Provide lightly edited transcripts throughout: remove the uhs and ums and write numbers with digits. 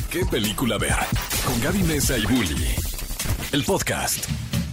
¿Qué película ver? Con Gaby Mesa y Bully. El podcast.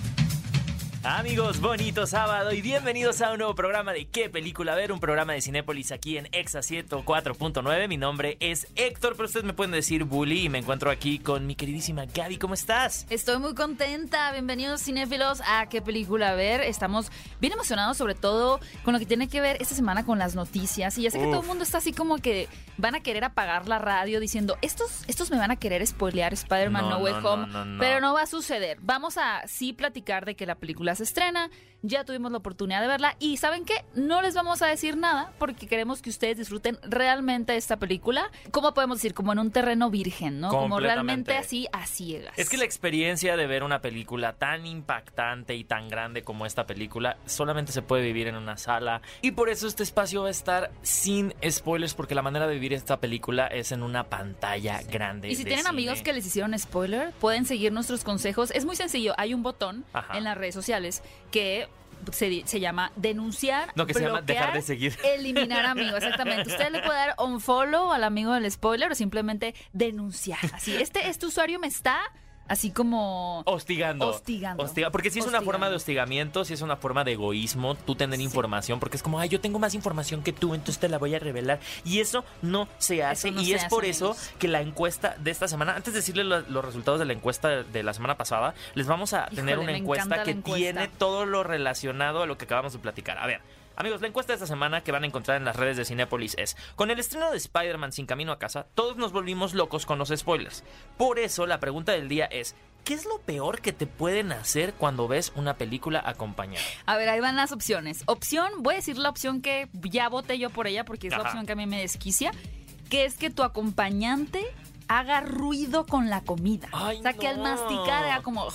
Amigos, bonito sábado y bienvenidos a un nuevo programa de ¿Qué película ver? Un programa de Cinépolis aquí en Exa 104.9. Mi nombre es Héctor, pero ustedes me pueden decir Bully y me encuentro aquí con mi queridísima Gaby. ¿Cómo estás? Estoy muy contenta. Bienvenidos cinéfilos a ¿Qué película ver? Estamos bien emocionados, sobre todo con lo que tiene que ver esta semana con las noticias. Y ya sé que todo el mundo está así como que van a querer apagar la radio diciendo estos me van a querer spoilear Spider-Man No Way Home, pero no va a suceder. Vamos a sí platicar de que la película se estrena, ya tuvimos la oportunidad de verla y ¿saben qué? No les vamos a decir nada porque queremos que ustedes disfruten realmente esta película, ¿cómo podemos decir? Como en un terreno virgen, ¿no? Como realmente así a ciegas. Es que la experiencia de ver una película tan impactante y tan grande como esta película solamente se puede vivir en una sala y por eso este espacio va a estar sin spoilers porque la manera de vivir esta película es en una pantalla grande. Y si tienen amigos que les hicieron spoiler, pueden seguir nuestros consejos. Es muy sencillo, hay un botón en las redes sociales que se llama denunciar, no, que bloquear, se llama dejar de seguir, eliminar amigo, exactamente. Usted le puede dar unfollow al amigo del spoiler o simplemente denunciar. Así, este usuario me está así como hostigando. Porque si es una forma de hostigamiento, si es una forma de egoísmo, tú tener información, porque es como, ay, yo tengo más información que tú, entonces te la voy a revelar. Y eso no se hace. Y es por eso que la encuesta de esta semana, antes de decirles los resultados de la encuesta de la semana pasada, les vamos a tener una encuesta que tiene todo lo relacionado a lo que acabamos de platicar. A ver, amigos, la encuesta de esta semana que van a encontrar en las redes de Cinépolis es: con el estreno de Spider-Man Sin Camino a Casa, todos nos volvimos locos con los spoilers. Por eso, la pregunta del día es: ¿qué es lo peor que te pueden hacer cuando ves una película acompañada? A ver, ahí van las opciones. Voy a decir la opción que ya voté yo por ella porque es la opción que a mí me desquicia, que es que tu acompañante haga ruido con la comida. Ay, o sea, que al masticar haga como...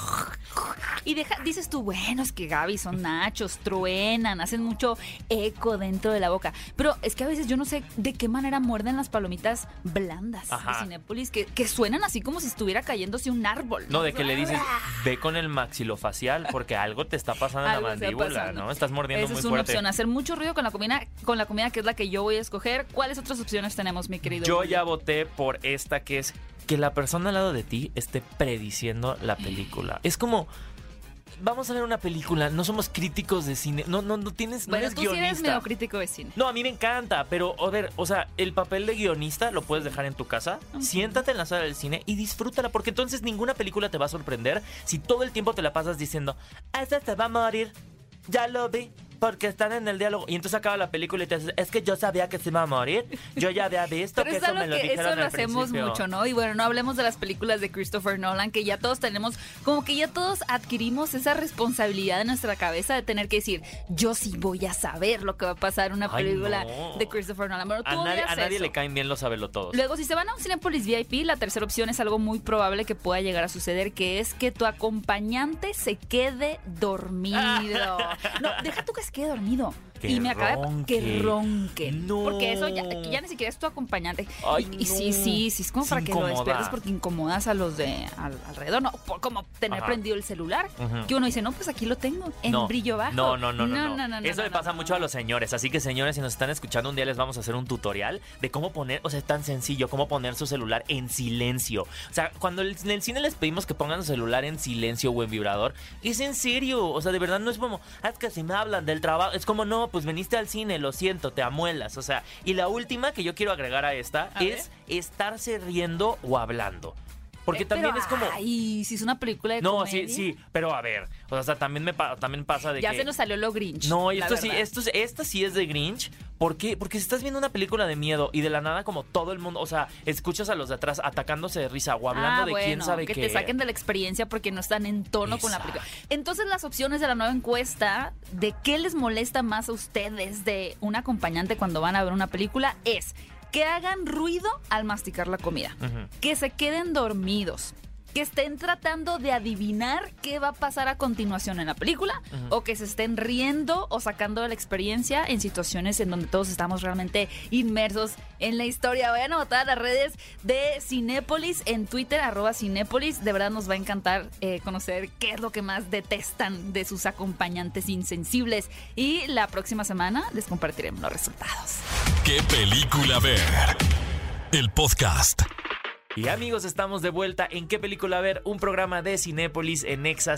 Y dices tú, bueno, es que Gaby, son nachos, truenan, hacen mucho eco dentro de la boca. Pero es que a veces yo no sé de qué manera muerden las palomitas blandas de Cinépolis, que suenan así como si estuviera cayéndose un árbol. No, de que le dices, ve con el maxilofacial porque algo te está pasando en la mandíbula, ¿no? Estás mordiendo muy fuerte. Esa es una opción, hacer mucho ruido con la comida que es la que yo voy a escoger. ¿Cuáles otras opciones tenemos, mi querido? Yo ya voté por esta, que es que la persona al lado de ti esté prediciendo la película. Es como, vamos a ver una película, no somos críticos de cine, no tienes, no eres guionista. Bueno, tú sí eres medio crítico de cine. No, a mí me encanta, pero a ver, o sea, el papel de guionista lo puedes dejar en tu casa, siéntate en la sala del cine y disfrútala, porque entonces ninguna película te va a sorprender si todo el tiempo te la pasas diciendo, esta se va a morir, ya lo vi. Porque están en el diálogo. Y entonces acaba la película y te dices, es que yo sabía que se iba a morir. Yo ya había visto que eso me lo dijeron al principio. Eso lo hacemos mucho, ¿no? Y bueno, no hablemos de las películas de Christopher Nolan, que ya todos tenemos, como que ya todos adquirimos esa responsabilidad en nuestra cabeza de tener que decir, yo sí voy a saber lo que va a pasar en una película de Christopher Nolan. Bueno, a nadie le caen bien los sabelotodos. Luego, si se van a un Cinépolis VIP, la tercera opción es algo muy probable que pueda llegar a suceder, que es que tu acompañante se quede dormido. No, deja tú que se quede dormido. Que ronque. No. Porque eso ya ni siquiera es tu acompañante. Ay, sí, es como para que lo despiertes porque incomodas a los de alrededor. No, como tener prendido el celular. Que uno dice, no, pues aquí lo tengo, en brillo bajo. No. Eso le pasa mucho a los señores. Así que, señores, si nos están escuchando, un día les vamos a hacer un tutorial de cómo poner, o sea, es tan sencillo, cómo poner su celular en silencio. O sea, cuando en el cine les pedimos que pongan su celular en silencio o en vibrador, es en serio. O sea, de verdad no es como, es que si me hablan del trabajo, es como, no, pues veniste al cine, lo siento, te amuelas, o sea. Y la última que yo quiero agregar a esta es estarse riendo o hablando. Porque también es como... Ay, si es una película de comedia. No, sí, pero a ver, o sea, también pasa de ya que... Ya se nos salió lo Grinch. No, esta sí es de Grinch. ¿Por qué? Porque si estás viendo una película de miedo y de la nada como todo el mundo, o sea, escuchas a los de atrás atacándose de risa o hablando de quién sabe qué. Que te saquen de la experiencia porque no están en tono con la película. Entonces, las opciones de la nueva encuesta de qué les molesta más a ustedes de un acompañante cuando van a ver una película es que hagan ruido al masticar la comida, que se queden dormidos, que estén tratando de adivinar qué va a pasar a continuación en la película, o que se estén riendo o sacando de la experiencia en situaciones en donde todos estamos realmente inmersos en la historia. Vayan a votar a las redes de Cinépolis en Twitter, @Cinépolis. De verdad nos va a encantar conocer qué es lo que más detestan de sus acompañantes insensibles. Y la próxima semana les compartiremos los resultados. ¿Qué película ver? El podcast. Y amigos, estamos de vuelta en ¿Qué película ver? Un programa de Cinépolis en Exa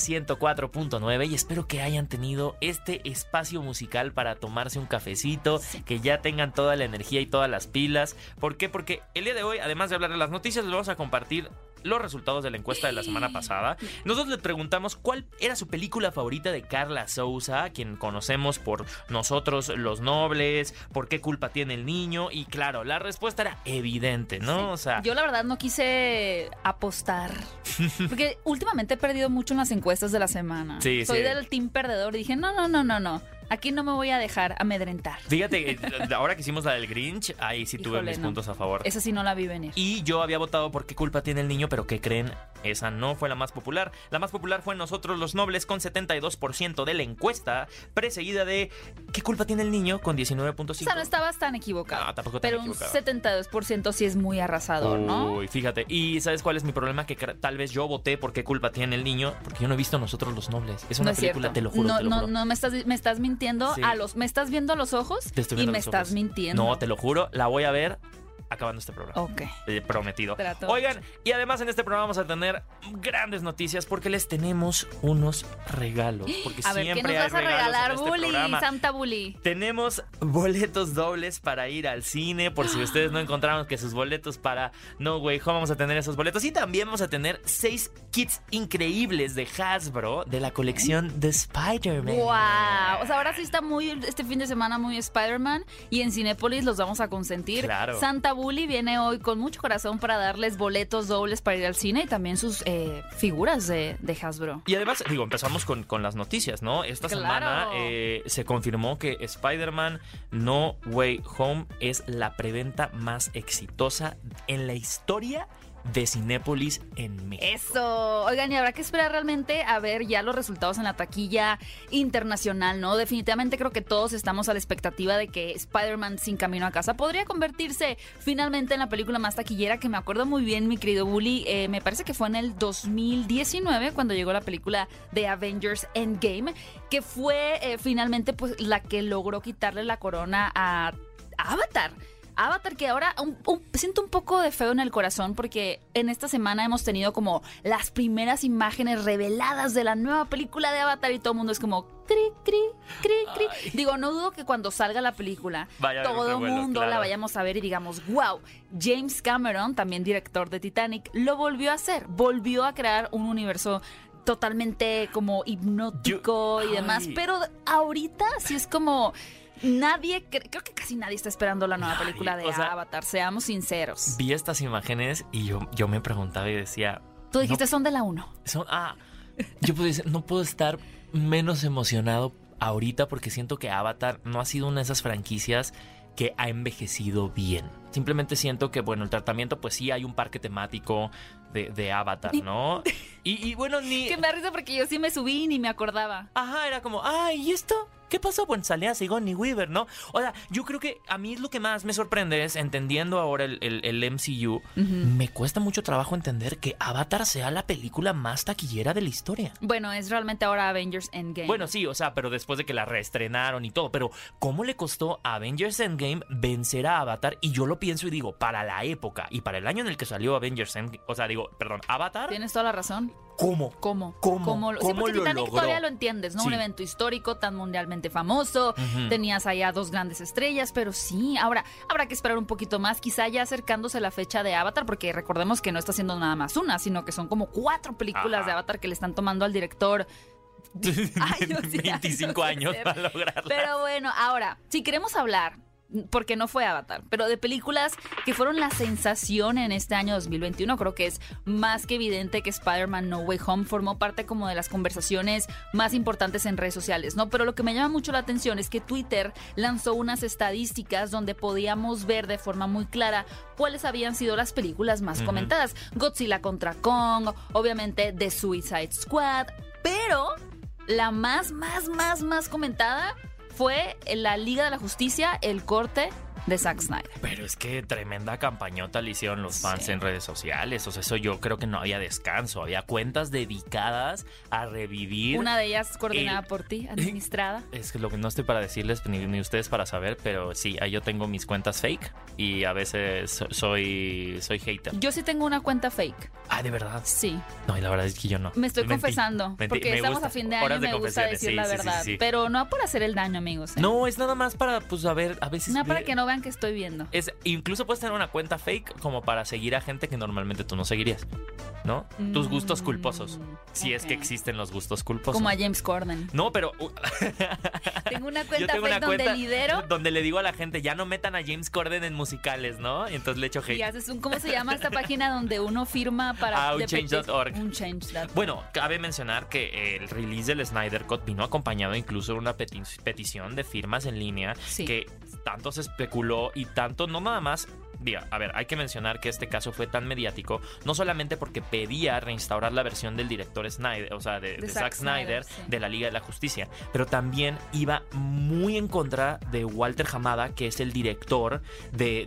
104.9 y espero que hayan tenido este espacio musical para tomarse un cafecito, que ya tengan toda la energía y todas las pilas. ¿Por qué? Porque el día de hoy, además de hablar de las noticias, les vamos a compartir los resultados de la encuesta de la semana pasada. Nosotros le preguntamos cuál era su película favorita de Carla Souza, quien conocemos por Nosotros los Nobles, por qué culpa tiene el niño, y claro, la respuesta era evidente, ¿no? Sí. O sea, yo la verdad no quise apostar, porque últimamente he perdido mucho en las encuestas de la semana. Sí, Soy del team perdedor y dije, no. Aquí no me voy a dejar amedrentar. Fíjate, ahora que hicimos la del Grinch, ahí sí tuve mis puntos a favor. Esa sí no la vi venir. Y yo había votado por qué culpa tiene el niño, pero ¿qué creen? Esa no fue la más popular. La más popular fue Nosotros los Nobles con 72% de la encuesta, precedida de ¿qué culpa tiene el niño? Con 19.5%. O sea, no estabas tan equivocado. No, tampoco tan pero equivocado. Un 72% sí es muy arrasador, ¿no? Uy, fíjate. ¿Y sabes cuál es mi problema? Que tal vez yo voté por qué culpa tiene el niño, porque yo no he visto Nosotros los Nobles. Es una película, cierto. te lo juro, te lo juro. No, me estás mintiendo Sí. me estás viendo a los ojos Te estoy y viendo me los estás ojos. mintiendo. No, te lo juro, la voy a ver acabando este programa. Ok. Prometido. Trato. Oigan, y además en este programa vamos a tener grandes noticias porque les tenemos unos regalos. Porque A ver, ¿qué siempre nos hay vas a regalos regalar, en este Bully? programa. Santa Bully. Tenemos boletos dobles para ir al cine. Por si ustedes no encontraron que sus boletos para No Way Home, vamos a tener esos boletos. Y también vamos a tener 6 kits increíbles de Hasbro de la colección de Spider-Man. ¡Wow! O sea, ahora sí está este fin de semana muy Spider-Man. Y en Cinépolis los vamos a consentir. Claro. Santa Bully viene hoy con mucho corazón para darles boletos dobles para ir al cine y también sus figuras de Hasbro. Y además, empezamos con las noticias, ¿no? Esta Claro. semana se confirmó que Spider-Man No Way Home es la preventa más exitosa en la historia de Cinépolis en México. Eso. Oigan, y habrá que esperar realmente a ver ya los resultados en la taquilla internacional, ¿no? Definitivamente creo que todos estamos a la expectativa de que Spider-Man Sin Camino a Casa podría convertirse finalmente en la película más taquillera, que me acuerdo muy bien, mi querido Bully, me parece que fue en el 2019 cuando llegó la película de Avengers Endgame, que fue finalmente pues la que logró quitarle la corona a Avatar. Avatar, que ahora siento un poco de feo en el corazón porque en esta semana hemos tenido como las primeras imágenes reveladas de la nueva película de Avatar y todo el mundo es como cri, cri, cri, cri. Ay. Digo, no dudo que cuando salga la película todo el mundo claro. la vayamos a ver y digamos, wow, James Cameron, también director de Titanic, lo volvió a hacer, volvió a crear un universo totalmente como hipnótico y demás, pero ahorita sí es como... creo que casi nadie está esperando la nueva película de Avatar, seamos sinceros. Vi estas imágenes y yo me preguntaba y decía... Tú dijiste, son de la 1. Yo puedo decir, no puedo estar menos emocionado ahorita porque siento que Avatar no ha sido una de esas franquicias que ha envejecido bien. Simplemente siento que, bueno, el tratamiento, pues sí hay un parque temático de Avatar, ¿no? Y bueno, Que me da risa porque yo sí me subí y ni me acordaba. Ajá, era como, ¿y esto? ¿Qué pasó? Pues salía Sigourney Weaver, ¿no? O sea, yo creo que a mí lo que más me sorprende es, entendiendo ahora el MCU, me cuesta mucho trabajo entender que Avatar sea la película más taquillera de la historia. Bueno, es realmente ahora Avengers Endgame. Bueno, sí, o sea, pero después de que la reestrenaron y todo, pero ¿cómo le costó a Avengers Endgame vencer a Avatar? Y yo lo pienso y digo, para la época y para el año en el que salió Avengers Endgame, o sea, Avatar. Tienes toda la razón. ¿Cómo? Sí, porque lo Titanic logró? todavía lo entiendes, ¿no? Sí. Un evento histórico tan mundialmente famoso. Tenías allá 2 grandes estrellas, pero sí, ahora habrá que esperar un poquito más, quizá ya acercándose la fecha de Avatar, porque recordemos que no está haciendo nada más una, sino que son como 4 películas de Avatar que le están tomando al director 25 años para lograrla. Pero bueno, ahora, si queremos hablar, porque no fue Avatar, pero de películas que fueron la sensación en este año 2021, creo que es más que evidente que Spider-Man No Way Home formó parte como de las conversaciones más importantes en redes sociales, ¿no? Pero lo que me llama mucho la atención es que Twitter lanzó unas estadísticas donde podíamos ver de forma muy clara cuáles habían sido las películas más comentadas. Godzilla contra Kong, obviamente The Suicide Squad, pero la más comentada fue la Liga de la Justicia, el corte de Zack Snyder. Pero es que tremenda campañota le hicieron los fans en redes sociales. O sea, eso yo creo que no había descanso. Había cuentas dedicadas a revivir. Una de ellas coordinada por ti, administrada. Es que lo que no estoy para decirles, ni ustedes para saber, pero sí, ahí yo tengo mis cuentas fake y a veces soy hater. Yo sí tengo una cuenta fake. Ah, ¿de verdad? Sí. No, y la verdad es que yo no. Me estoy confesando, porque estamos a fin de año y me gusta decir la verdad. Sí. Pero no por hacer el daño, amigos. No, es nada más para, pues, a veces... No, para que no vean que estoy viendo. Incluso puedes tener una cuenta fake como para seguir a gente que normalmente tú no seguirías, ¿no? Tus gustos culposos. Si es que existen los gustos culposos. Como a James Corden. No, pero... Tengo una cuenta fake donde lidero. Donde le digo a la gente, ya no metan a James Corden en musicales, ¿no? Y entonces le echo hate. Y haces ¿cómo se llama esta página donde uno firma para... Change.org. Un Change.org. Bueno, cabe mencionar que el release del Snyder Cut vino acompañado incluso de una petición de firmas en línea que tanto se especuló y tanto, no nada más... A ver, hay que mencionar que este caso fue tan mediático, no solamente porque pedía reinstaurar la versión del director Snyder, o sea, de Zack Snyder, de la Liga de la Justicia, pero también iba muy en contra de Walter Hamada, que es el director de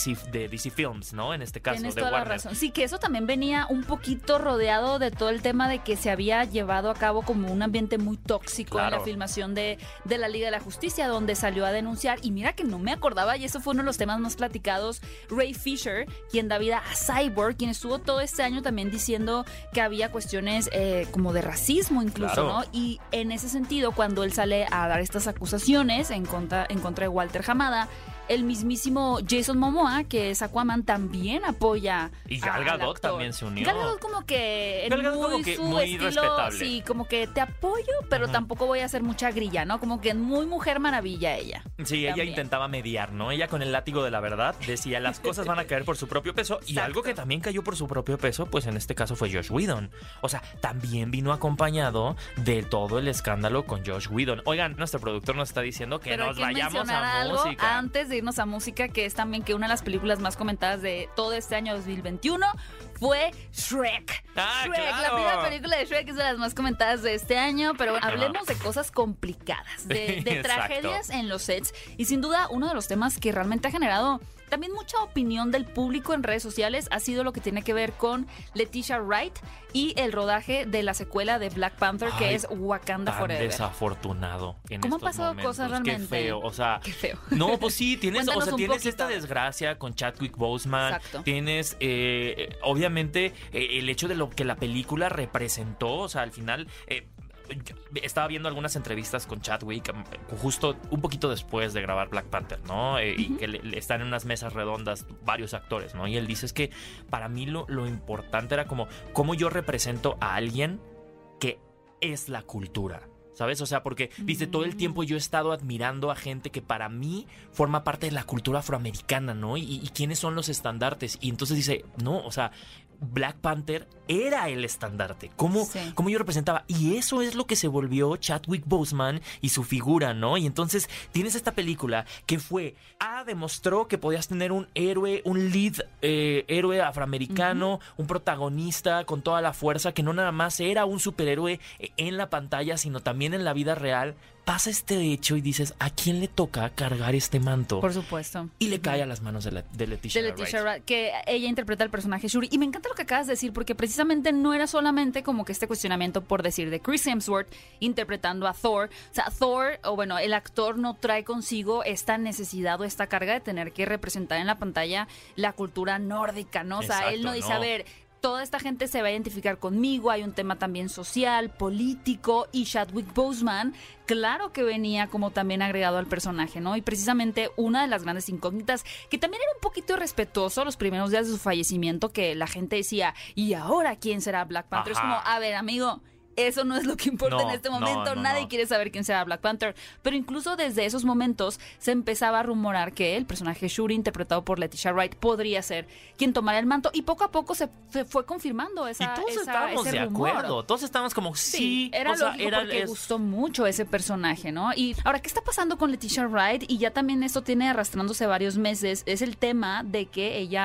DC Films, ¿no? En este caso, tienes de toda Warner. La razón. Sí, que eso también venía un poquito rodeado de todo el tema de que se había llevado a cabo como un ambiente muy tóxico en la filmación de la Liga de la Justicia, donde salió a denunciar, y mira que no me acordaba, y eso fue uno de los temas más platicados. Ray Fisher, quien da vida a Cyborg, quien estuvo todo este año también diciendo que había cuestiones como de racismo incluso, ¿no? Y en ese sentido, cuando él sale a dar estas acusaciones en contra de Walter Hamada, el mismísimo Jason Momoa, que es Aquaman, también apoya. Y Gal Gadot también se unió. Gal Gadot como que muy estilo, respetable. Sí, como que te apoyo, pero tampoco voy a hacer mucha grilla, ¿no? Como que muy Mujer Maravilla ella. Sí, ella intentaba mediar, ¿no? Ella con el látigo de la verdad decía, las cosas van a caer por su propio peso. Y algo que también cayó por su propio peso, pues en este caso fue Joss Whedon. O sea, también vino acompañado de todo el escándalo con Joss Whedon. Oigan, nuestro productor nos está diciendo que nos vayamos a música. Antes de irnos a música, que es también que una de las películas más comentadas de todo este año 2021 fue Shrek. Claro. La primera película de Shrek es de las más comentadas de este año, pero bueno, hablemos de cosas complicadas, de tragedias en los sets, y sin duda uno de los temas que realmente ha generado también mucha opinión del público en redes sociales ha sido lo que tiene que ver con Letitia Wright y el rodaje de la secuela de Black Panther, que es Wakanda Forever. Desafortunado en ¿Cómo estos han pasado momentos? cosas realmente? Qué feo, o sea... Qué feo. No, pues sí, tienes esta poquito. desgracia con Chadwick Boseman. Exacto. Tienes, obviamente, el hecho de lo que la película representó, o sea, al final... estaba viendo algunas entrevistas con Chadwick justo un poquito después de grabar Black Panther, ¿no? Y que están en unas mesas redondas varios actores, ¿no? Y él dice, es que para mí lo importante era como cómo yo represento a alguien que es la cultura, ¿sabes? O sea, porque dice, todo el tiempo yo he estado admirando a gente que para mí forma parte de la cultura afroamericana, ¿no? Y quiénes son los estandartes. Y entonces dice, no, o sea, Black Panther era el estandarte. ¿Cómo yo representaba? Y eso es lo que se volvió Chadwick Boseman y su figura, ¿no? Y entonces tienes esta película que demostró que podías tener un héroe, un lead héroe afroamericano, un protagonista con toda la fuerza, que no nada más era un superhéroe en la pantalla, sino también en la vida real. Pasa este hecho y dices, ¿a quién le toca cargar este manto? Por supuesto. Y le cae a las manos de Letitia Wright, que ella interpreta el personaje Shuri. Y me encanta lo que acabas de decir, porque precisamente no era solamente como que este cuestionamiento, por decir, de Chris Hemsworth interpretando a Thor. O sea, Thor, o bueno, el actor no trae consigo esta necesidad o esta carga de tener que representar en la pantalla la cultura nórdica, ¿no? O sea, él no dice, a ver... Toda esta gente se va a identificar conmigo, hay un tema también social, político, y Chadwick Boseman, claro que venía como también agregado al personaje, ¿no? Y precisamente una de las grandes incógnitas, que también era un poquito irrespetuoso los primeros días de su fallecimiento, que la gente decía, ¿y ahora quién será Black Panther? Es como, a ver, amigo... Eso no es lo que importa en este momento. Nadie quiere saber quién será Black Panther. Pero incluso desde esos momentos se empezaba a rumorar que el personaje Shuri, interpretado por Letitia Wright, podría ser quien tomara el manto. Y poco a poco se fue confirmando ese rumor. Y todos estábamos de acuerdo. Todos estábamos como, sí. Era lógico porque gustó mucho ese personaje, ¿no? Y ahora, ¿qué está pasando con Letitia Wright? Y ya también esto tiene arrastrándose varios meses. Es el tema de que ella...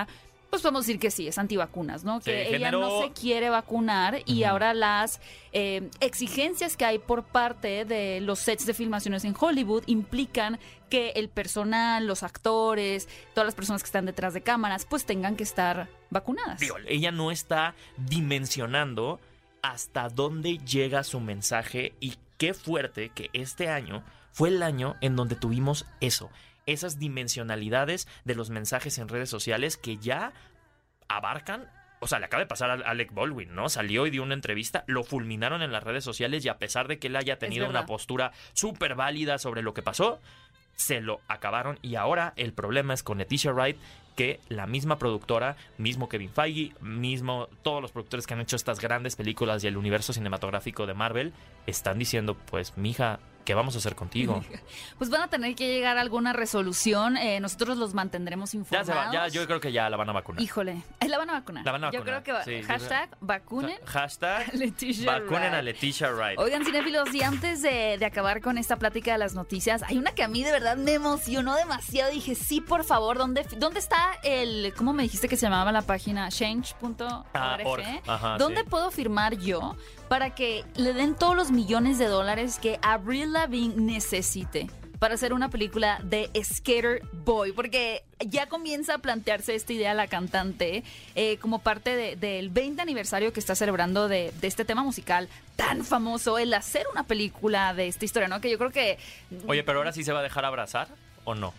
pues podemos decir que sí, es antivacunas, ¿no? Sí, Que ella no se quiere vacunar y ahora las exigencias que hay por parte de los sets de filmaciones en Hollywood implican que el personal, los actores, todas las personas que están detrás de cámaras, pues tengan que estar vacunadas. Digo, ella no está dimensionando hasta dónde llega su mensaje y qué fuerte que este año fue el año en donde tuvimos eso. Esas dimensionalidades de los mensajes en redes sociales que ya abarcan, o sea, le acaba de pasar a Alec Baldwin, ¿no? Salió y dio una entrevista, lo fulminaron en las redes sociales y a pesar de que él haya tenido una postura súper válida sobre lo que pasó, se lo acabaron. Y ahora el problema es con Leticia Wright, que la misma productora, mismo Kevin Feige, mismo todos los productores que han hecho estas grandes películas y el universo cinematográfico de Marvel, están diciendo, pues, mija, ¿qué vamos a hacer contigo? Pues van a tener que llegar a alguna resolución. Nosotros los mantendremos informados. Ya, yo creo que ya la van a vacunar. Híjole, la van a vacunar. La van a vacunar. Yo creo que sí, hashtag vacunen. Hashtag Leticia vacunen Wright. a Leticia Wright. Oigan, cinéfilos, y antes de acabar con esta plática de las noticias, hay una que a mí de verdad me emocionó demasiado. Dije, sí, por favor, ¿dónde está el... ¿Cómo me dijiste que se llamaba la página? Change.org. ¿Dónde puedo firmar yo para que le den todos los millones de dólares que Avril Lavigne necesite para hacer una película de Skater Boy? Porque ya comienza a plantearse esta idea la cantante como parte del 20 aniversario que está celebrando de este tema musical tan famoso, el hacer una película de esta historia, ¿no? Que yo creo que... Oye, pero ahora sí se va a dejar abrazar o no.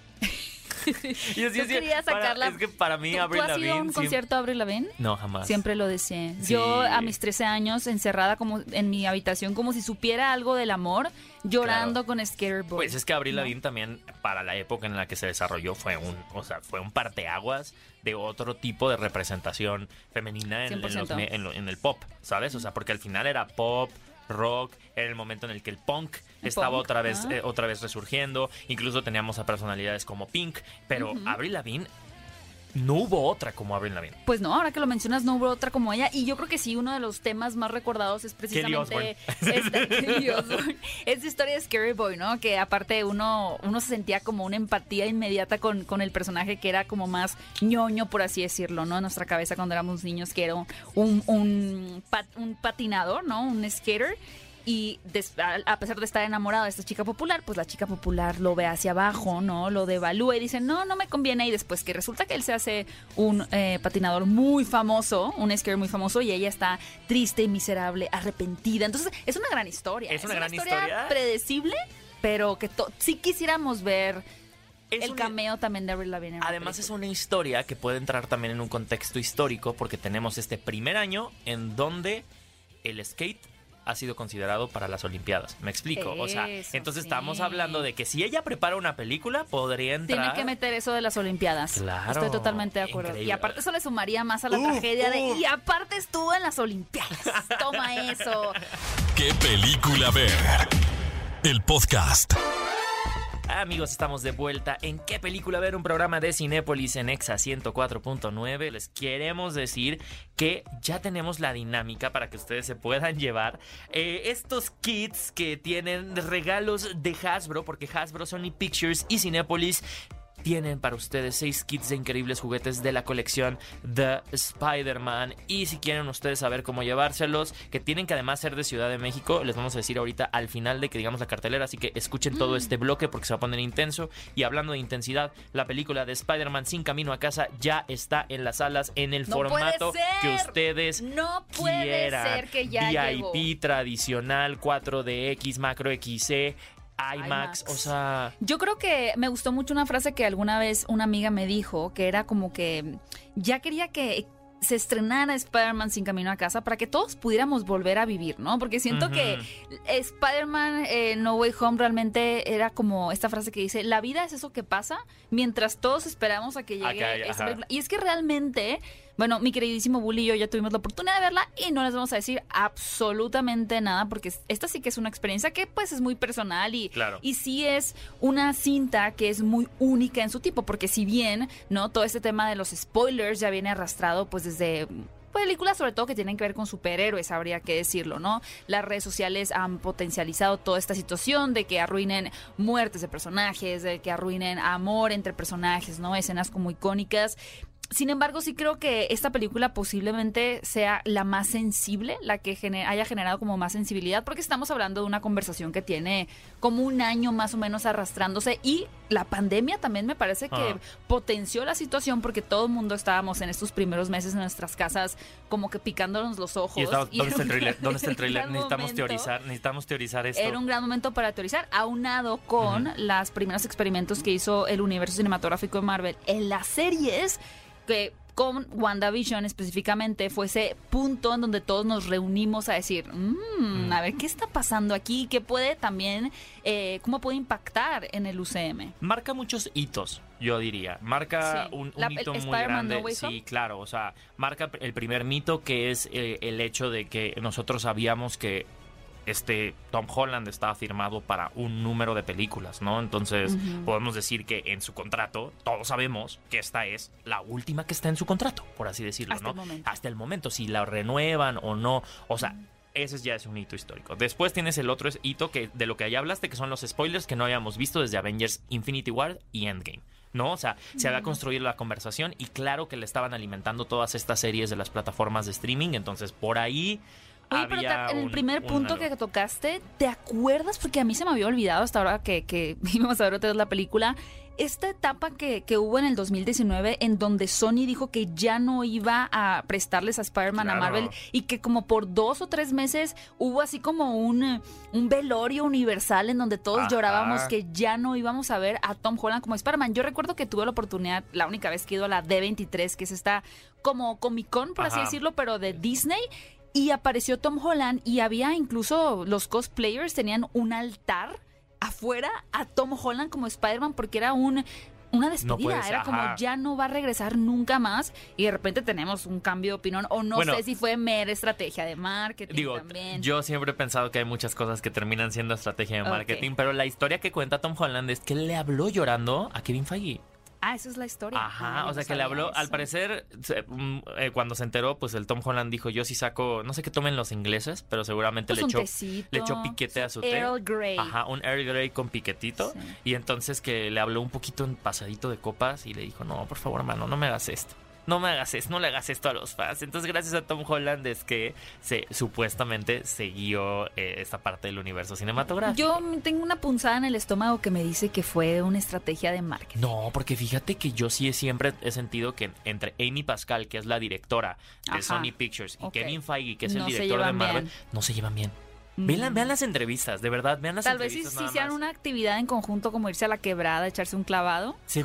Yo quería sacarla. Es que para mí Avril Lavigne... ¿Tú has ido a un concierto de Avril Lavigne? No, jamás. Siempre lo decía. Sí. Yo a mis 13 años encerrada como en mi habitación como si supiera algo del amor, llorando con Skater Boy. Pues es que Avril Lavigne también, para la época en la que se desarrolló, fue un parteaguas de otro tipo de representación femenina en el pop, ¿sabes? O sea, porque al final era pop, rock, era el momento en el que el punk estaba otra vez resurgiendo. Incluso teníamos a personalidades como Pink, pero Avril Lavigne, no hubo otra como Avril Lavigne. Pues no, ahora que lo mencionas, no hubo otra como ella. Y yo creo que sí, uno de los temas más recordados es precisamente esta historia de Scary Boy, ¿no? Que aparte uno se sentía como una empatía inmediata con el personaje que era como más ñoño, por así decirlo, ¿no? En nuestra cabeza cuando éramos niños, que era un patinador, ¿no? Un skater. Y a pesar de estar enamorado de esta chica popular, pues la chica popular lo ve hacia abajo, ¿no? Lo devalúa y dice, no me conviene. Y después que resulta que él se hace un patinador muy famoso, un skater muy famoso, y ella está triste y miserable, arrepentida. Entonces, es una gran historia. Es una gran historia predecible, pero que sí quisiéramos ver el cameo también de Avril Lavigne. Además, es una historia que puede entrar también en un contexto histórico, porque tenemos este primer año en donde el skate ha sido considerado para las Olimpiadas. ¿Me explico? Eso, o sea, entonces estamos hablando de que si ella prepara una película, podría entrar... Tiene que meter eso de las Olimpiadas. Claro. Estoy totalmente de acuerdo. Increíble. Y aparte eso le sumaría más a la tragedia de... Y aparte estuvo en las Olimpiadas. Toma eso. ¿Qué película ver? El podcast. Amigos, estamos de vuelta en ¿Qué película ver? Un programa de Cinépolis en Exa 104.9. Les queremos decir que ya tenemos la dinámica para que ustedes se puedan llevar estos kits que tienen regalos de Hasbro, porque Hasbro, Sony Pictures y Cinépolis tienen para ustedes 6 kits de increíbles juguetes de la colección The Spider-Man. Y si quieren ustedes saber cómo llevárselos, que tienen que además ser de Ciudad de México, les vamos a decir ahorita al final de que digamos la cartelera, así que escuchen todo este bloque porque se va a poner intenso. Y hablando de intensidad, la película de Spider-Man Sin Camino a Casa ya está en las salas en el formato que ustedes quieran. Ser que ya VIP, llegó. Tradicional, 4DX, Macro XC, IMAX, o sea... Yo creo que me gustó mucho una frase que alguna vez una amiga me dijo, que era como que ya quería que se estrenara Spider-Man Sin Camino a Casa para que todos pudiéramos volver a vivir, ¿no? Porque siento que Spider-Man No Way Home realmente era como esta frase que dice, la vida es eso que pasa mientras todos esperamos a que llegue esta película. Y es que realmente... Bueno, mi queridísimo Bully y yo ya tuvimos la oportunidad de verla y no les vamos a decir absolutamente nada porque esta sí que es una experiencia que pues es muy personal y sí es una cinta que es muy única en su tipo, porque si bien, ¿no? Todo este tema de los spoilers ya viene arrastrado pues desde... películas sobre todo que tienen que ver con superhéroes, habría que decirlo, ¿no? Las redes sociales han potencializado toda esta situación de que arruinen muertes de personajes, de que arruinen amor entre personajes, ¿no? Escenas como icónicas. Sin embargo, sí creo que esta película posiblemente sea la más sensible, la que haya generado como más sensibilidad, porque estamos hablando de una conversación que tiene como un año más o menos arrastrándose, y la pandemia también me parece que potenció la situación, porque todo el mundo estábamos en estos primeros meses en nuestras casas como que picándonos los ojos. ¿Dónde está el tráiler? ¿Dónde está el tráiler? Necesitamos teorizar esto. Era un gran momento para teorizar, aunado con los primeros experimentos que hizo el universo cinematográfico de Marvel en las series, que con WandaVision específicamente fue ese punto en donde todos nos reunimos a decir, a ver, ¿qué está pasando aquí? ¿Qué puede también, cómo puede impactar en el UCM? Marca muchos hitos, yo diría. Marca un hito muy grande. Sí, claro, o sea, marca el primer mito, que es el hecho de que nosotros sabíamos que Tom Holland estaba firmado para un número de películas, ¿no? Entonces, podemos decir que en su contrato, todos sabemos que esta es la última que está en su contrato, por así decirlo, ¿no? Hasta el momento, si la renuevan o no, o sea, ese ya es un hito histórico. Después tienes el otro hito de lo que ya hablaste, que son los spoilers que no habíamos visto desde Avengers Infinity War y Endgame, ¿no? O sea, se había construido la conversación y claro que le estaban alimentando todas estas series de las plataformas de streaming, entonces por ahí... Oye, pero en el primer punto que tocaste, ¿te acuerdas? Porque a mí se me había olvidado hasta ahora que íbamos a ver otra vez la película. Esta etapa que hubo en el 2019 en donde Sony dijo que ya no iba a prestarles a Spider-Man a Marvel, y que como por 2 o 3 meses hubo así como un velorio universal en donde todos llorábamos que ya no íbamos a ver a Tom Holland como Spider-Man. Yo recuerdo que tuve la oportunidad, la única vez que he ido a la D23, que es esta como Comic Con, por así decirlo, pero de Disney. Y apareció Tom Holland y había incluso los cosplayers tenían un altar afuera a Tom Holland como Spider-Man, porque era una despedida, era como ya no va a regresar nunca más, y de repente tenemos un cambio de opinión, o no sé si fue mera estrategia de marketing también. Yo siempre he pensado que hay muchas cosas que terminan siendo estrategia de marketing, pero la historia que cuenta Tom Holland es que le habló llorando a Kevin Feige. Esa es la historia. Ajá, o sea que le habló, al parecer, cuando se enteró, pues el Tom Holland dijo, yo sí saco, no sé qué tomen los ingleses, pero seguramente le echó piquete a su té. Earl Grey. Ajá, un Earl Grey con piquetito. Sí. Y entonces que le habló un poquito en pasadito de copas y le dijo, no, por favor, hermano, no me hagas esto. No me hagas esto, no le hagas esto a los fans. Entonces, gracias a Tom Holland es que supuestamente siguió esta parte del universo cinematográfico. Yo tengo una punzada en el estómago que me dice que fue una estrategia de marketing. No, porque fíjate que yo sí siempre he sentido que entre Amy Pascal, que es la directora de Sony Pictures, y Kevin Feige, que es el director de Marvel, no se llevan bien. Vean las entrevistas, de verdad, vean las entrevistas. Tal vez si hicieran una actividad en conjunto, como irse a la quebrada, echarse un clavado. Sí,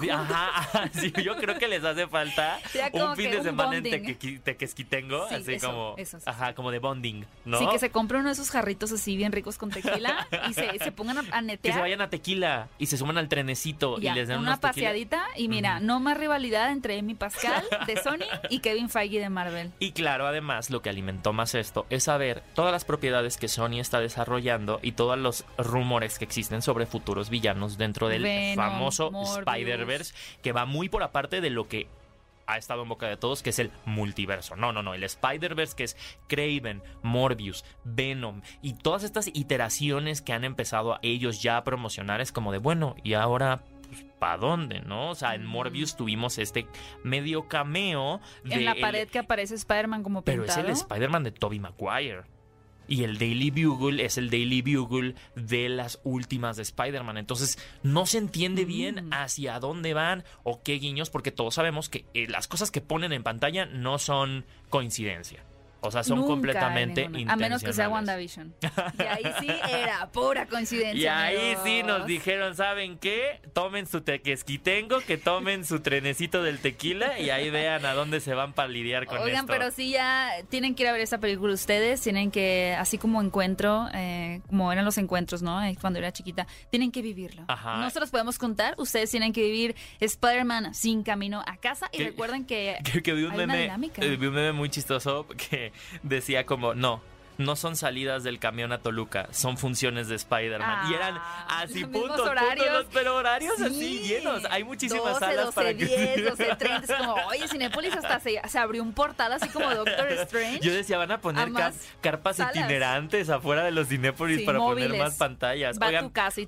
sí, yo creo que les hace falta un fin de semana en Tequesquitengo, sí, así como de bonding, ¿no? Sí, que se compre uno de esos jarritos así bien ricos con tequila y se pongan a netear. Que se vayan a Tequila y se suman al trenecito y les den una paseadita y mira, no más rivalidad entre Amy Pascal de Sony y Kevin Feige de Marvel. Y claro, además, lo que alimentó más esto es saber todas las propiedades que Sony está desarrollando y todos los rumores que existen sobre futuros villanos dentro del famoso Spider-Verse, que va muy por aparte de lo que ha estado en boca de todos, que es el multiverso. No, el Spider-Verse, que es Kraven, Morbius, Venom y todas estas iteraciones que han empezado a ellos ya a promocionar, es como de, bueno, y ahora... ¿para dónde, no? O sea, en Morbius tuvimos este medio cameo en la pared que aparece Spider-Man como pintado. Pero es el Spider-Man de Tobey Maguire. Y el Daily Bugle es el Daily Bugle de las últimas de Spider-Man. Entonces no se entiende bien hacia dónde van o qué guiños, porque todos sabemos que las cosas que ponen en pantalla no son coincidencia. O sea, son completamente intencionales. A menos que sea WandaVision. Y ahí sí era pura coincidencia. Y ahí sí nos dijeron, ¿saben qué? Tomen su tequesquitengo, que tomen su trenecito del tequila y ahí vean a dónde se van para lidiar con esto. Oigan, pero sí ya tienen que ir a ver esta película ustedes. Tienen que, así como encuentro, como eran los encuentros, ¿no? Cuando era chiquita, tienen que vivirlo. Ajá. No se los podemos contar. Ustedes tienen que vivir Spider-Man sin camino a casa. Y recuerden que vi un meme muy chistoso que decía como, no son salidas del camión a Toluca, son funciones de Spider-Man. Y eran así puntos, pero horarios así llenos. Hay muchísimas salas 12, 10, 12, 30. Es como, oye, Cinépolis hasta se abrió un portal así como Doctor Strange. Yo decía, van a poner carpas itinerantes afuera de los Cinépolis para móviles, poner más pantallas. Va a tu casa y todo.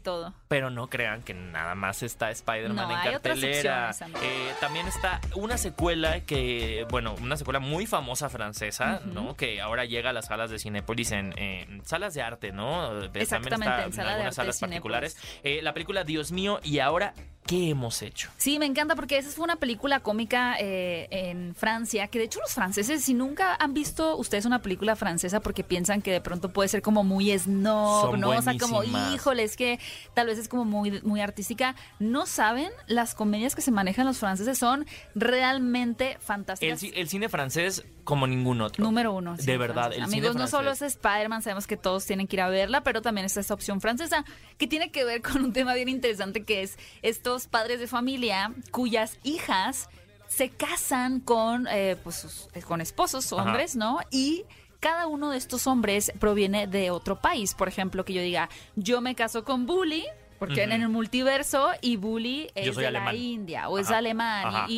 Pero no crean que nada más está Spider-Man en cartelera. También está una secuela una secuela muy famosa francesa, ¿no? Que ahora llega a las salas de Cinépolis en salas de arte, ¿no? Exactamente, también está en algunas salas particulares. La película Dios mío, y ahora ¿qué hemos hecho? Sí, me encanta porque esa fue una película cómica en Francia, que de hecho los franceses, si nunca han visto ustedes una película francesa porque piensan que de pronto puede ser como muy snob, son ¿no? O sea, como, buenísimas. híjole, es que tal vez es como muy, muy artística. No saben, las comedias que se manejan los franceses son realmente fantásticas. El cine francés como ningún otro. Número uno. De verdad, el Amigos, cine no solo es francés. Spider-Man, sabemos que todos tienen que ir a verla, pero también está esta opción francesa que tiene que ver con un tema bien interesante que es estos padres de familia cuyas hijas se casan con, con esposos, hombres, ¿no? Y cada uno de estos hombres proviene de otro país. Por ejemplo, que yo diga, yo me caso con Bully, porque en el multiverso, y Bully es de alemán. la India o es alemán,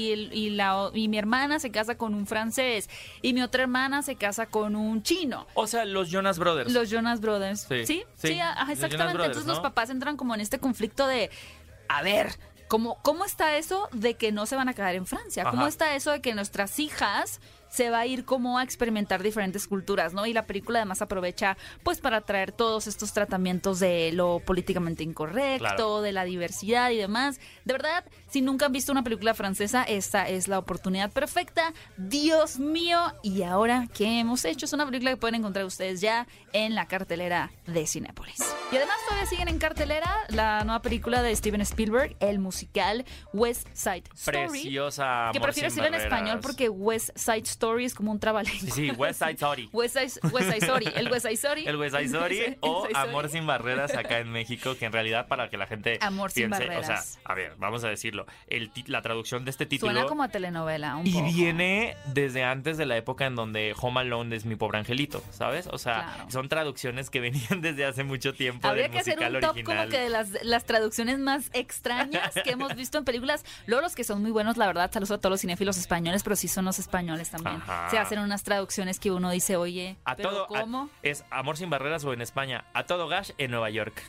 y mi hermana se casa con un francés, y mi otra hermana se casa con un chino. O sea, los Jonas Brothers. Los Jonas Brothers. Sí, exactamente. Brothers, entonces ¿no? los papás entran como en este conflicto de, a ver, ¿cómo está eso de que no se van a quedar en Francia? ¿Cómo está eso de que nuestras hijas se va a ir como a experimentar diferentes culturas, ¿no? Y la película además aprovecha pues para traer todos estos tratamientos de lo políticamente incorrecto, claro, de la diversidad y demás. De verdad, si nunca han visto una película francesa, esta es la oportunidad perfecta. Dios mío, ¿y ahora qué hemos hecho? Es una película que pueden encontrar ustedes ya en la cartelera de Cinépolis. Y además todavía siguen en cartelera la nueva película de Steven Spielberg, el musical West Side Story. Preciosa, que prefiero decirlo en español porque West Side Story es como un trabalengua. Sí, West Side Story. West Side Story. El West Side Story. El West Side Story o Side Story. Amor sin barreras acá en México, que en realidad para que la gente Amor sin piense, barreras. o sea, a ver, vamos a decirlo, la traducción de este título Suena como a telenovela un y poco. viene desde antes de la época en donde Home Alone es mi pobre angelito, ¿sabes? O sea, Claro. son traducciones que venían desde hace mucho tiempo Habría del que hacer musical un top original. como que de las traducciones más extrañas que hemos visto en películas. Luego los que son muy buenos, la verdad, saludos a todos los cinéfilos españoles, pero sí son los españoles también. Ajá. Se hacen unas traducciones que uno dice, oye, A ¿pero todo, cómo? es Amor sin barreras o en España, A todo gas en Nueva York.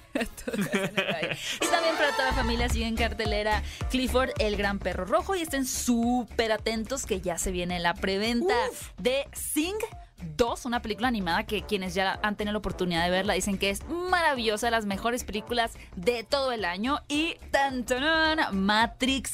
Y también para toda la familia sigue en cartelera Clifford, el gran perro rojo, y estén súper atentos que ya se viene la preventa de Sing 2, una película animada que quienes ya han tenido la oportunidad de verla dicen que es maravillosa, de las mejores películas de todo el año. Y ¡tan, tan! Matrix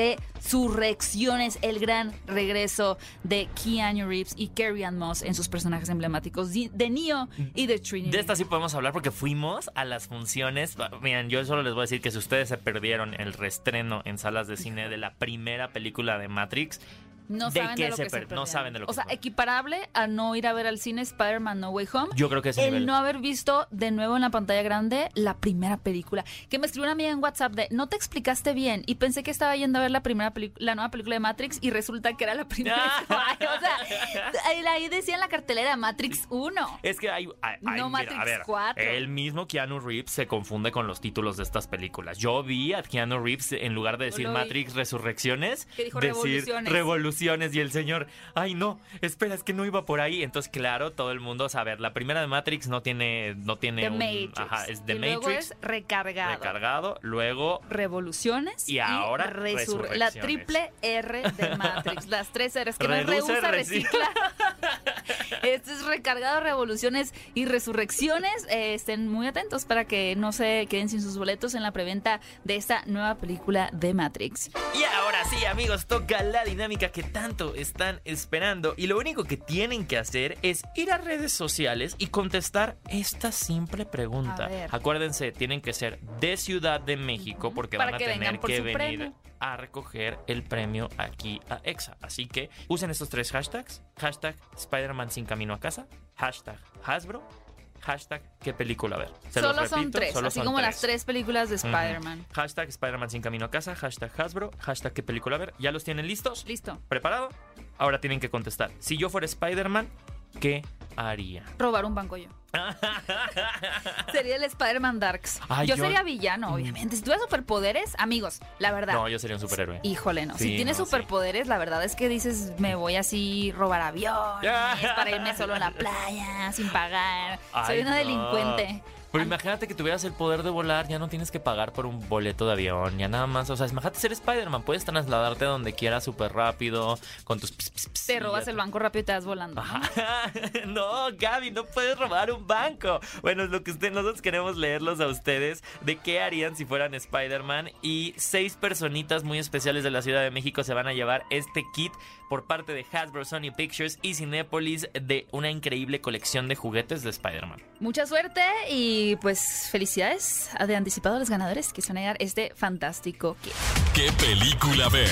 Resurrecciones, el gran regreso de Keanu Reeves y Carrie-Anne Moss en sus personajes emblemáticos de Neo y de Trinity. De esta sí podemos hablar porque fuimos a las funciones. Miren, yo solo les voy a decir que si ustedes se perdieron el reestreno en salas de cine de la primera película de Matrix, No saben de lo que se perdieron. no saben de lo que O sea, se perdieron. equiparable a no ir a ver al cine Spider-Man No Way Home. Yo creo que es el el nivel. no haber visto de nuevo en la pantalla grande la primera película. Que me escribió una amiga en WhatsApp de, no te explicaste bien, y pensé que estaba yendo a ver la nueva película de Matrix y resulta que era la primera. O sea, ahí decía en la cartelera Matrix 1. Es que hay No mira, Matrix a ver, 4. el mismo Keanu Reeves se confunde con los títulos de estas películas. Yo vi a Keanu Reeves, en lugar de decir Yo lo vi. Matrix Resurrecciones, Que dijo decir Revoluciones. y el señor, ay no, espera, es que no iba por ahí. Entonces, claro, todo el mundo, a ver, la primera de Matrix no tiene The Matrix. Ajá, es The y luego Matrix. es recargado. Luego Revoluciones y ahora la Resurrecciones. triple R de Matrix, las tres R's que no es Reduce, reusa, recicla. recicla. Este es recargado, revoluciones y resurrecciones. Estén muy atentos para que no se queden sin sus boletos en la preventa de esta nueva película de Matrix. Y ahora sí, amigos, toca la dinámica que tanto están esperando. Y lo único que tienen que hacer es ir a redes sociales y contestar esta simple pregunta. A ver. Acuérdense, tienen que ser de Ciudad de México porque Para van a que tener vengan por que su venir premio. a recoger el premio aquí a Exa. Así que usen estos tres hashtags. Hashtag Spider-Man sin camino a casa. Hashtag Hasbro. Hashtag ¿qué película ver? Se los Solo son repito, tres, solo así son como tres. las tres películas de Spider-Man. Hashtag Spider-Man sin camino a casa, hashtag Hasbro, hashtag qué película ver. ¿Ya los tienen listos? Listo. ¿Preparado? Ahora tienen que contestar. Si yo fuera Spider-Man, ¿qué haría? Robar un banco yo. Sería el Spider-Man Darks. Ay, yo yo- sería villano, obviamente. Si tuviera superpoderes, amigos, la verdad. No, yo sería un superhéroe. Híjole, no. Sí, Si tienes no, sí. superpoderes, la verdad es que dices, me voy así robar aviones para irme solo a la playa sin pagar. Soy Ay, una no. delincuente. Pero imagínate que tuvieras el poder de volar, ya no tienes que pagar por un boleto de avión, ya nada más. O sea, imagínate ser Spider-Man, puedes trasladarte a donde quieras súper rápido, con tus... Te robas el banco rápido y te vas volando. ¿No? No, Gaby, no puedes robar un banco. Bueno, es lo que nosotros queremos leerlos a ustedes de qué harían si fueran Spider-Man. Y 6 personitas muy especiales de la Ciudad de México se van a llevar este kit por parte de Hasbro, Sony Pictures y Cinépolis de una increíble colección de juguetes de Spider-Man. Mucha suerte y pues felicidades de anticipado a los ganadores que se van a llegar este fantástico kit. ¿Qué película ver?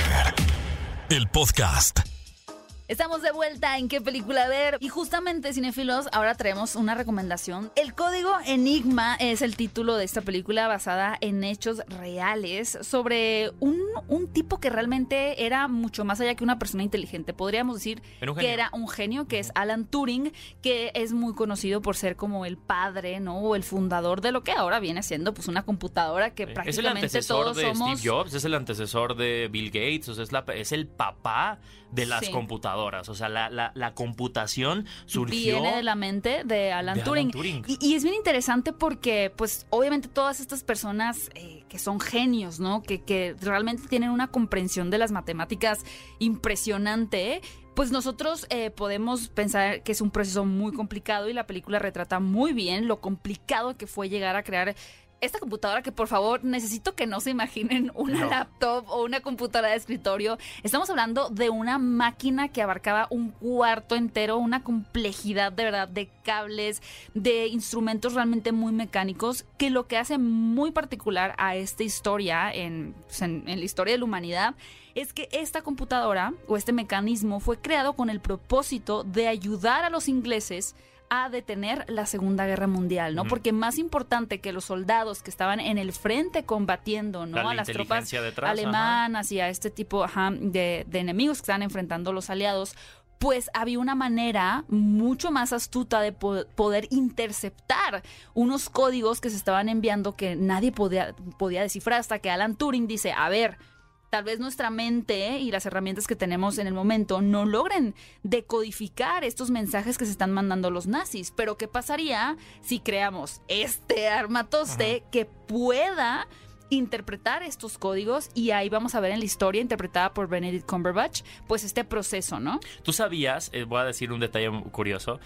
El podcast. Estamos de vuelta en ¿Qué película ver? Y justamente, cinéfilos, ahora traemos una recomendación. El Código Enigma es el título de esta película basada en hechos reales sobre un tipo que realmente era mucho más allá que una persona inteligente. Podríamos decir que era un genio, que es Alan Turing, que es muy conocido por ser como el padre, ¿no? O el fundador de lo que ahora viene siendo pues una computadora que prácticamente todos somos. Es el antecesor de Steve Jobs, es el antecesor de Bill Gates, o sea, es el papá de las computadoras. O sea, la computación surgió... Viene de la mente de Alan Turing. Y es bien interesante porque, pues, obviamente todas estas personas que son genios, ¿no? Que realmente tienen una comprensión de las matemáticas impresionante, pues nosotros podemos pensar que es un proceso muy complicado y la película retrata muy bien lo complicado que fue llegar a crear esta computadora, que por favor necesito que no se imaginen una laptop o una computadora de escritorio. Estamos hablando de una máquina que abarcaba un cuarto entero, una complejidad de verdad de cables, de instrumentos realmente muy mecánicos, que lo que hace muy particular a esta historia en la historia de la humanidad es que esta computadora o este mecanismo fue creado con el propósito de ayudar a los ingleses a detener la Segunda Guerra Mundial, ¿no? Porque más importante que los soldados que estaban en el frente combatiendo, ¿no? A las tropas alemanas y a este tipo de enemigos que estaban enfrentando los aliados, pues había una manera mucho más astuta de poder interceptar unos códigos que se estaban enviando que nadie podía descifrar, hasta que Alan Turing dice, a ver, tal vez nuestra mente y las herramientas que tenemos en el momento no logren decodificar estos mensajes que se están mandando los nazis. Pero ¿qué pasaría si creamos este armatoste que pueda interpretar estos códigos? Y ahí vamos a ver en la historia interpretada por Benedict Cumberbatch, pues este proceso, ¿no? Tú sabías, voy a decir un detalle curioso,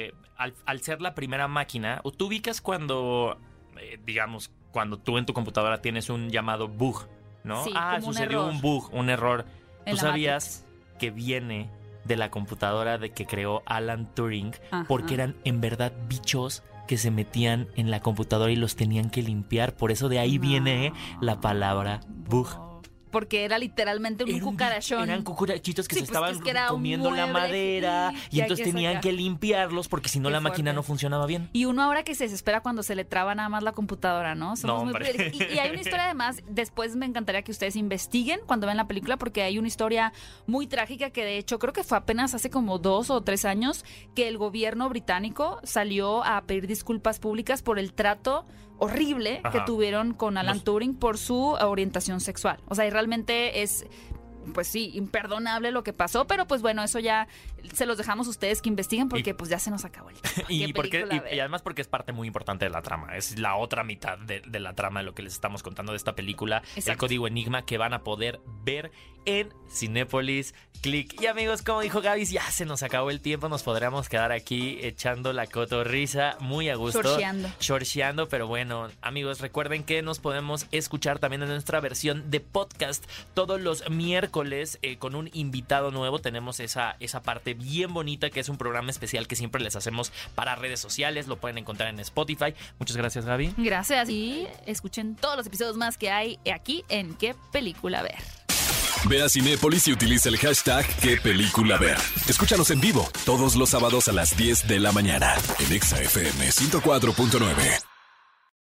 al ser la primera máquina, tú ubicas cuando, digamos, cuando tú en tu computadora tienes un llamado bug, ¿no? Sí, sucedió un bug, un error. ¿Tú sabías que viene de la computadora de que creó Alan Turing? Porque eran en verdad bichos que se metían en la computadora y los tenían que limpiar. Por eso de ahí viene la palabra bug. Porque era literalmente un cucarachón. Eran cucarachitos que se estaban comiendo la madera y entonces tenían que limpiarlos porque si no la máquina no funcionaba bien. Y uno ahora que se desespera cuando se le traba nada más la computadora, ¿no? Somos muy y hay una historia además, después me encantaría que ustedes investiguen cuando vean la película, porque hay una historia muy trágica que de hecho creo que fue apenas hace como 2 o 3 años que el gobierno británico salió a pedir disculpas públicas por el trato horrible que tuvieron con Alan Turing por su orientación sexual. O sea, y realmente es, pues sí, imperdonable lo que pasó, pero pues bueno, eso ya se los dejamos a ustedes que investiguen porque pues ya se nos acabó el tiempo. Y además porque es parte muy importante de la trama. Es la otra mitad de la trama de lo que les estamos contando de esta película. Exacto. El Código Enigma, que van a poder ver en Cinépolis Click. Y amigos, como dijo Gaby, ya se nos acabó el tiempo. Nos podríamos quedar aquí echando la cotorrisa muy a gusto. Chorcheando. Pero bueno, amigos, recuerden que nos podemos escuchar también en nuestra versión de podcast todos los miércoles con un invitado nuevo. Tenemos esa parte bien bonita que es un programa especial que siempre les hacemos para redes sociales. Lo pueden encontrar en Spotify. Muchas gracias, Gaby. Gracias. Y escuchen todos los episodios más que hay aquí en ¿Qué película ver? Ve a Cinépolis y utiliza el hashtag ¿Qué película ver? Escúchanos en vivo todos los sábados a las 10 de la mañana en Exa FM 104.9.